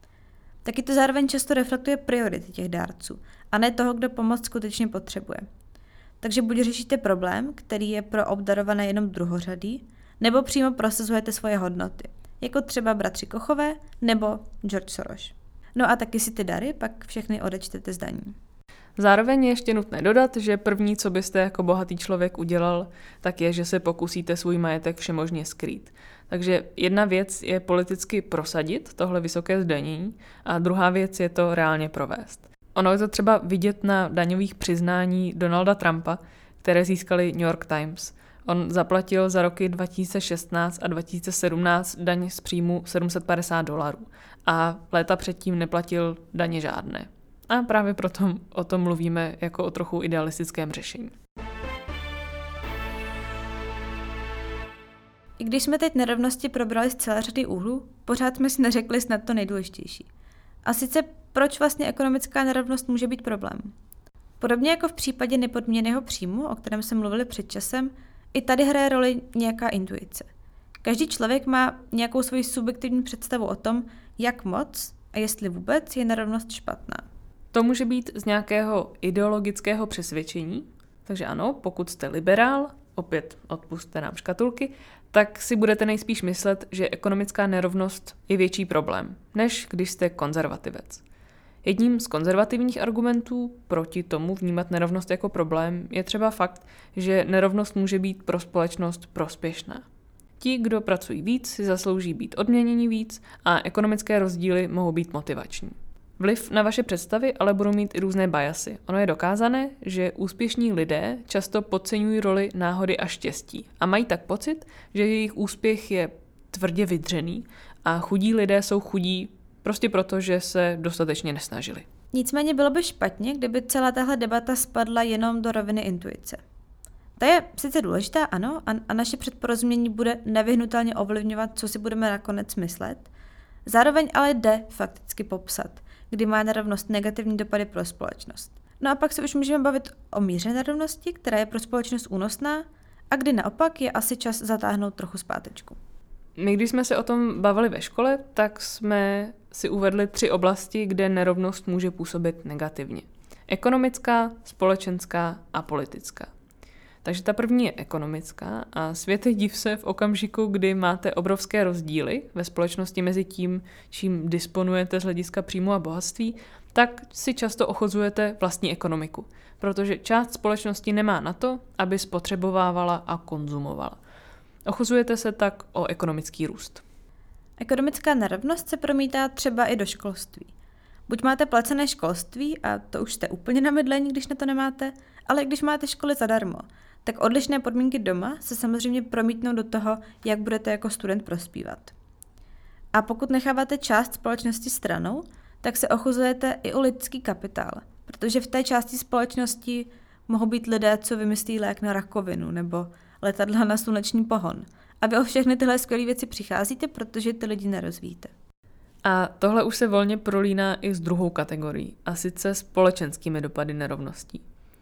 Taky to zároveň často reflektuje priority těch dárců a ne toho, kdo pomoc skutečně potřebuje. Takže buď řešíte problém, který je pro obdarované jenom druhořadý, nebo přímo prosazujete svoje hodnoty, jako třeba bratři Kochové nebo George Soros. No a taky si ty dary pak všechny odečtete z daní. Zároveň je ještě nutné dodat, že první, co byste jako bohatý člověk udělal, tak je, že se pokusíte svůj majetek všemožně skrýt. Takže jedna věc je politicky prosadit tohle vysoké zdanění a druhá věc je to reálně provést. Ono je to třeba vidět na daňových přiznání Donalda Trumpa, které získali New York Times. On zaplatil za roky dva tisíce šestnáct a dva tisíce sedmnáct daň z příjmu sedm set padesát dolarů a léta předtím neplatil daně žádné. A právě proto o tom mluvíme jako o trochu idealistickém řešení. I když jsme teď nerovnosti probrali z celé řady úhlů, pořád jsme si neřekli snad to nejdůležitější. A sice proč vlastně ekonomická nerovnost může být problém. Podobně jako v případě nepodmíněného příjmu, o kterém jsme mluvili před časem, i tady hraje roli nějaká intuice. Každý člověk má nějakou svoji subjektivní představu o tom, jak moc a jestli vůbec je nerovnost špatná. To může být z nějakého ideologického přesvědčení, takže ano, pokud jste liberál, opět odpusťte nám škatulky, tak si budete nejspíš myslet, že ekonomická nerovnost je větší problém, než když jste konzervativec. Jedním z konzervativních argumentů proti tomu vnímat nerovnost jako problém je třeba fakt, že nerovnost může být pro společnost prospěšná. Ti, kdo pracují víc, si zaslouží být odměněni víc a ekonomické rozdíly mohou být motivační. Vliv na vaše představy ale budou mít i různé biasy. Ono je dokázané, že úspěšní lidé často podceňují roli náhody a štěstí a mají tak pocit, že jejich úspěch je tvrdě vydřený a chudí lidé jsou chudí prostě proto, že se dostatečně nesnažili. Nicméně bylo by špatně, kdyby celá tahle debata spadla jenom do roviny intuice. Ta je sice důležitá, ano, a, a naše předporozumění bude nevyhnutelně ovlivňovat, co si budeme nakonec myslet. Zároveň ale jde fakticky popsat, kdy má nerovnost negativní dopady pro společnost. No a pak se už můžeme bavit o míře nerovnosti, která je pro společnost únosná, a kdy naopak je asi čas zatáhnout trochu zpátečku. My, když jsme se o tom bavili ve škole, tak jsme si uvedli tři oblasti, kde nerovnost může působit negativně. Ekonomická, společenská a politická. Takže ta první je ekonomická a světe div se v okamžiku, kdy máte obrovské rozdíly ve společnosti mezi tím, čím disponujete z hlediska příjmu a bohatství, tak si často ochozujete vlastní ekonomiku, protože část společnosti nemá na to, aby spotřebovávala a konzumovala. Ochuzujete se tak o ekonomický růst. Ekonomická nerovnost se promítá třeba i do školství. Buď máte placené školství, a to už jste úplně na mydlení, když na to nemáte, ale když máte školy zadarmo, tak odlišné podmínky doma se samozřejmě promítnou do toho, jak budete jako student prospívat. A pokud necháváte část společnosti stranou, tak se ochuzujete i o lidský kapitál, protože v té části společnosti mohou být lidé, co vymyslí lék na rakovinu, nebo letadla na sluneční pohon. A vy o všechny tyhle skvělé věci přicházíte, protože ty lidi nerozvíjíte. A tohle už se volně prolíná i s druhou kategorií, a sice společenskými dopady nerovností.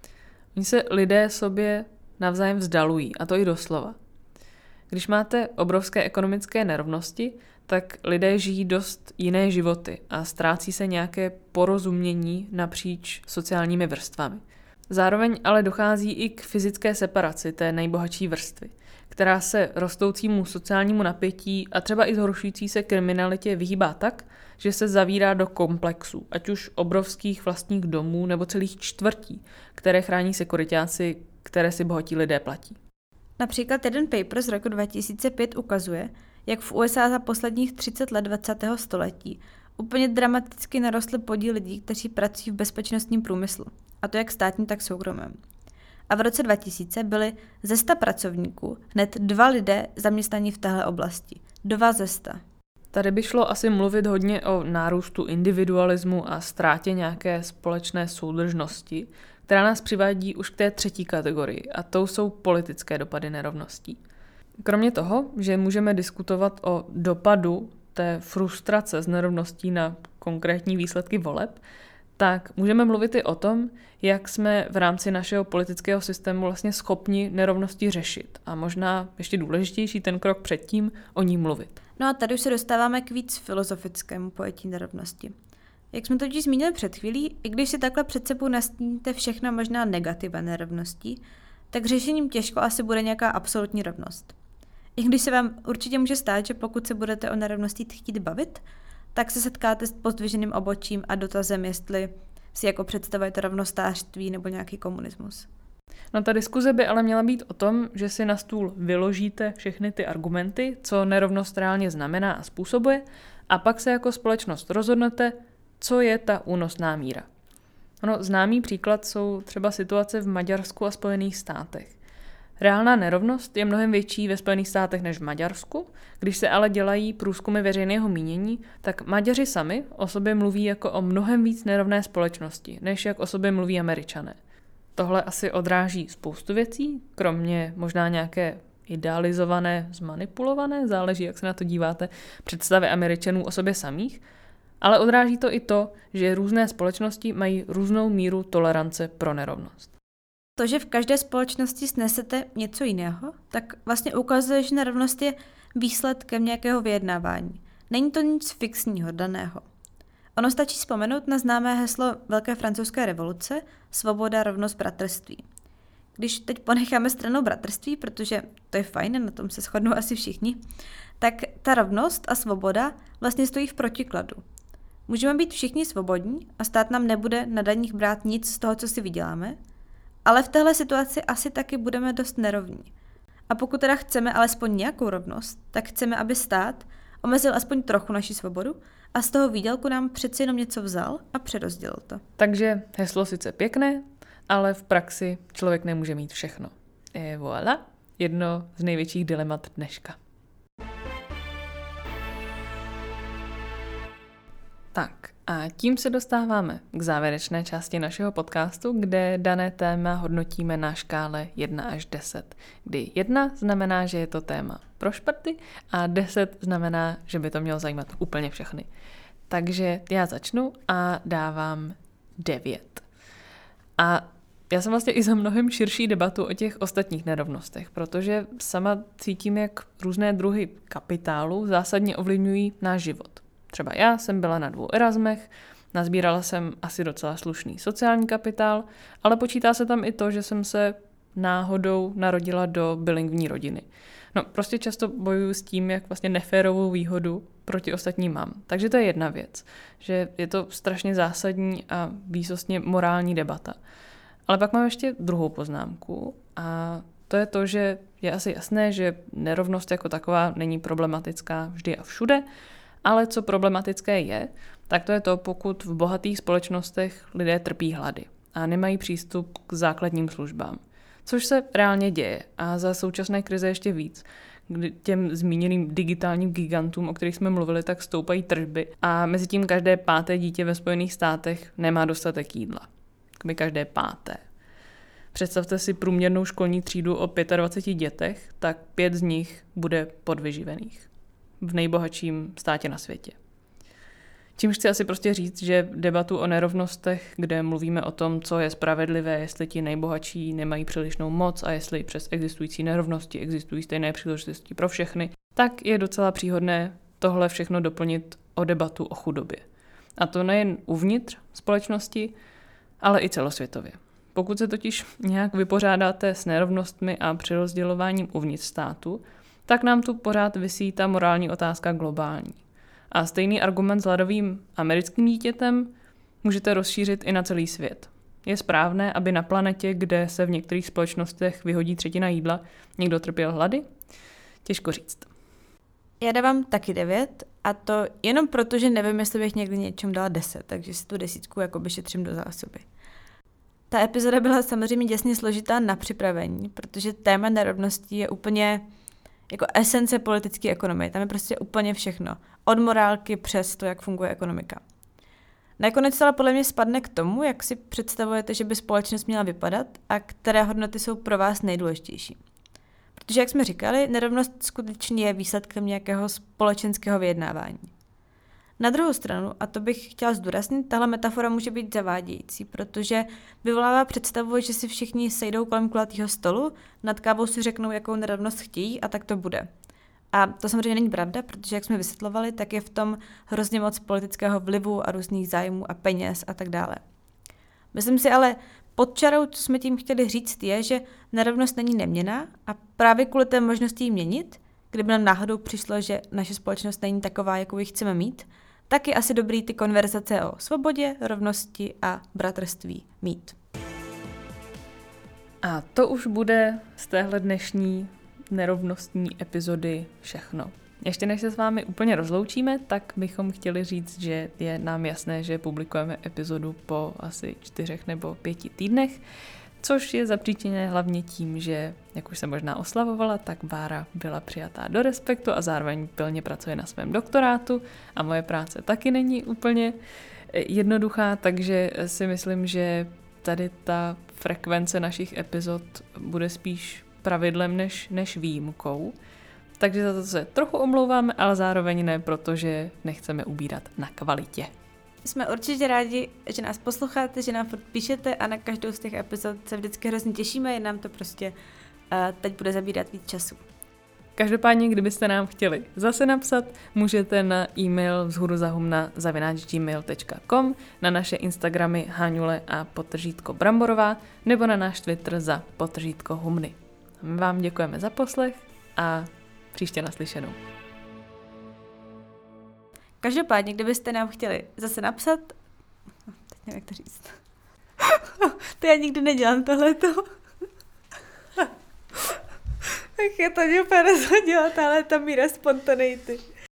Oni se lidé sobě navzájem vzdalují, a to i doslova. Když máte obrovské ekonomické nerovnosti, tak lidé žijí dost jiné životy a ztrácí se nějaké porozumění napříč sociálními vrstvami. Zároveň ale dochází i k fyzické separaci té nejbohatší vrstvy, která se rostoucímu sociálnímu napětí a třeba i zhoršující se kriminalitě vyhýbá tak, že se zavírá do komplexů, ať už obrovských vlastních domů nebo celých čtvrtí, které chrání sekuritáci, které si bohatí lidé platí. Například jeden paper z roku dva tisíce pět ukazuje, jak v U S A za posledních třicet let dvacátého století úplně dramaticky narostl podíl lidí, kteří pracují v bezpečnostním průmyslu, a to jak státním, tak soukromém. A v roce dva tisíce byli ze sta pracovníků hned dva lidé zaměstnaní v téhle oblasti. Dva ze sta. Tady by šlo asi mluvit hodně o nárůstu individualismu a ztrátě nějaké společné soudržnosti, která nás přivádí už k té třetí kategorii, a to jsou politické dopady nerovností. Kromě toho, že můžeme diskutovat o dopadu té frustrace z nerovností na konkrétní výsledky voleb, tak můžeme mluvit i o tom, jak jsme v rámci našeho politického systému vlastně schopni nerovnosti řešit a možná ještě důležitější ten krok předtím o ní mluvit. No a tady už se dostáváme k víc filozofickému pojetí nerovnosti. Jak jsme totiž zmínili před chvílí, i když si takhle před sebou nastíníte všechna možná negativa nerovností, tak řešením těžko asi bude nějaká absolutní rovnost. I když se vám určitě může stát, že pokud se budete o nerovnosti chtít bavit, tak se setkáte s pozdviženým obočím a dotazem, jestli si jako představujete rovnostářství nebo nějaký komunismus. No ta diskuze by ale měla být o tom, že si na stůl vyložíte všechny ty argumenty, co nerovnost reálně znamená a způsobuje, a pak se jako společnost rozhodnete, co je ta únosná míra. Ono, známý příklad jsou třeba situace v Maďarsku a Spojených státech. Reálná nerovnost je mnohem větší ve Spojených státech než v Maďarsku, když se ale dělají průzkumy veřejného mínění, tak Maďaři sami o sobě mluví jako o mnohem víc nerovné společnosti, než jak o sobě mluví Američané. Tohle asi odráží spoustu věcí, kromě možná nějaké idealizované, zmanipulované, záleží, jak se na to díváte, představy Američanů o sobě samých, ale odráží to i to, že různé společnosti mají různou míru tolerance pro nerovnost. To, že v každé společnosti snesete něco jiného, tak vlastně ukazuje, že nerovnost je výsledkem nějakého vyjednávání. Není to nic fixního, daného. Ono stačí vzpomenout na známé heslo Velké francouzské revoluce svoboda, rovnost, bratrství. Když teď ponecháme stranou bratrství, protože to je fajn, na tom se shodnou asi všichni, tak ta rovnost a svoboda vlastně stojí v protikladu. Můžeme být všichni svobodní a stát nám nebude na daních brát nic z toho, co si vyděláme, ale v téhle situaci asi taky budeme dost nerovní. A pokud teda chceme alespoň nějakou rovnost, tak chceme, aby stát omezil aspoň trochu naši svobodu a z toho výdělku nám přeci jenom něco vzal a přerozdělil to. Takže heslo sice pěkné, ale v praxi člověk nemůže mít všechno. Et voilà, jedno z největších dilemat dneška. Tak a tím se dostáváme k závěrečné části našeho podcastu, kde dané téma hodnotíme na škále jedna až deset, kdy jedna znamená, že je to téma pro šprty a deset znamená, že by to mělo zajímat úplně všechny. Takže já začnu a dávám devět. A já jsem vlastně i za mnohem širší debatu o těch ostatních nerovnostech, protože sama cítím, jak různé druhy kapitálu zásadně ovlivňují náš život. Třeba já jsem byla na dvou Erasmech, nazbírala jsem asi docela slušný sociální kapitál, ale počítá se tam i to, že jsem se náhodou narodila do bilingvní rodiny. No, prostě často bojuju s tím, jak vlastně neférovou výhodu proti ostatním mám. Takže to je jedna věc, že je to strašně zásadní a výsostně morální debata. Ale pak mám ještě druhou poznámku a to je to, že je asi jasné, že nerovnost jako taková není problematická vždy a všude, ale co problematické je, tak to je to, pokud v bohatých společnostech lidé trpí hlady a nemají přístup k základním službám. Což se reálně děje a za současné krize ještě víc. Kdy těm zmíněným digitálním gigantům, o kterých jsme mluvili, tak stoupají tržby a mezi tím každé páté dítě ve Spojených státech nemá dostatek jídla. Kdyby každé páté. Představte si průměrnou školní třídu o dvaceti pěti dětech, tak pět z nich bude podvyživených v nejbohatším státě na světě. Čím chci asi prostě říct, že debatu o nerovnostech, kde mluvíme o tom, co je spravedlivé, jestli ti nejbohatší nemají přílišnou moc a jestli přes existující nerovnosti existují stejné příležitosti pro všechny, tak je docela příhodné tohle všechno doplnit o debatu o chudobě. A to nejen uvnitř společnosti, ale i celosvětově. Pokud se totiž nějak vypořádáte s nerovnostmi a přerozdělováním uvnitř státu, tak nám tu pořád visí ta morální otázka globální. A stejný argument s hladovým americkým dítětem můžete rozšířit i na celý svět. Je správné, aby na planetě, kde se v některých společnostech vyhodí třetina jídla, někdo trpěl hlady? Těžko říct. Já dávám taky devět, a to jenom proto, že nevím, jestli bych někdy něčemu dala deset, takže si tu desítku jakoby šetřím do zásoby. Ta epizoda byla samozřejmě děsně složitá na připravení, protože téma nerovností je úplně jako esence politické ekonomie. Tam je prostě úplně všechno. Od morálky přes to, jak funguje ekonomika. Nakonec ale podle mě spadne k tomu, jak si představujete, že by společnost měla vypadat a které hodnoty jsou pro vás nejdůležitější. Protože, jak jsme říkali, nerovnost skutečně je výsledkem nějakého společenského vyjednávání. Na druhou stranu, a to bych chtěla zdůraznit, tahle metafora může být zavádějící, protože vyvolává představu, že si všichni sejdou kolem kulatého stolu, nad kávou si řeknou, jakou nerovnost chtějí a tak to bude. A to samozřejmě není pravda, protože, jak jsme vysvětlovali, tak je v tom hrozně moc politického vlivu a různých zájmů a peněz a tak dále. Myslím si ale, pod čarou, co jsme tím chtěli říct, je, že nerovnost není neměnná a právě kvůli té možnosti ji měnit, kdyby nám náhodou přišlo, že naše společnost není taková, jakou ji chceme mít, tak je asi dobrý ty konverzace o svobodě, rovnosti a bratrství mít. A to už bude z téhle dnešní nerovnostní epizody všechno. Ještě než se s vámi úplně rozloučíme, tak bychom chtěli říct, že je nám jasné, že publikujeme epizodu po asi čtyřech nebo pěti týdnech, což je zapříčiněné hlavně tím, že, jak už jsem možná oslavovala, tak Bára byla přijatá do Respektu a zároveň pilně pracuje na svém doktorátu a moje práce taky není úplně jednoduchá, takže si myslím, že tady ta frekvence našich epizod bude spíš pravidlem než, než výjimkou. Takže za to se trochu omlouváme, ale zároveň ne, protože nechceme ubírat na kvalitě. Jsme určitě rádi, že nás posloucháte, že nám píšete a na každou z těch epizod se vždycky hrozně těšíme, jen nám to prostě uh, teď bude zabírat víc času. Každopádně, kdybyste nám chtěli zase napsat, můžete na e-mail vzhůruzahumna zavináč gmail tečka com, na naše Instagramy Háňule a potržítko Bramborová, nebo na náš Twitter za potržítko Humny. My vám děkujeme za poslech a příště naslyšenou. Každopádně, kdybyste nám chtěli zase napsat, teď nevím, jak to říct. To já nikdy nedělám tohleto. Tak je to mě úplně rozhodila, tahle ta míra spontaneity.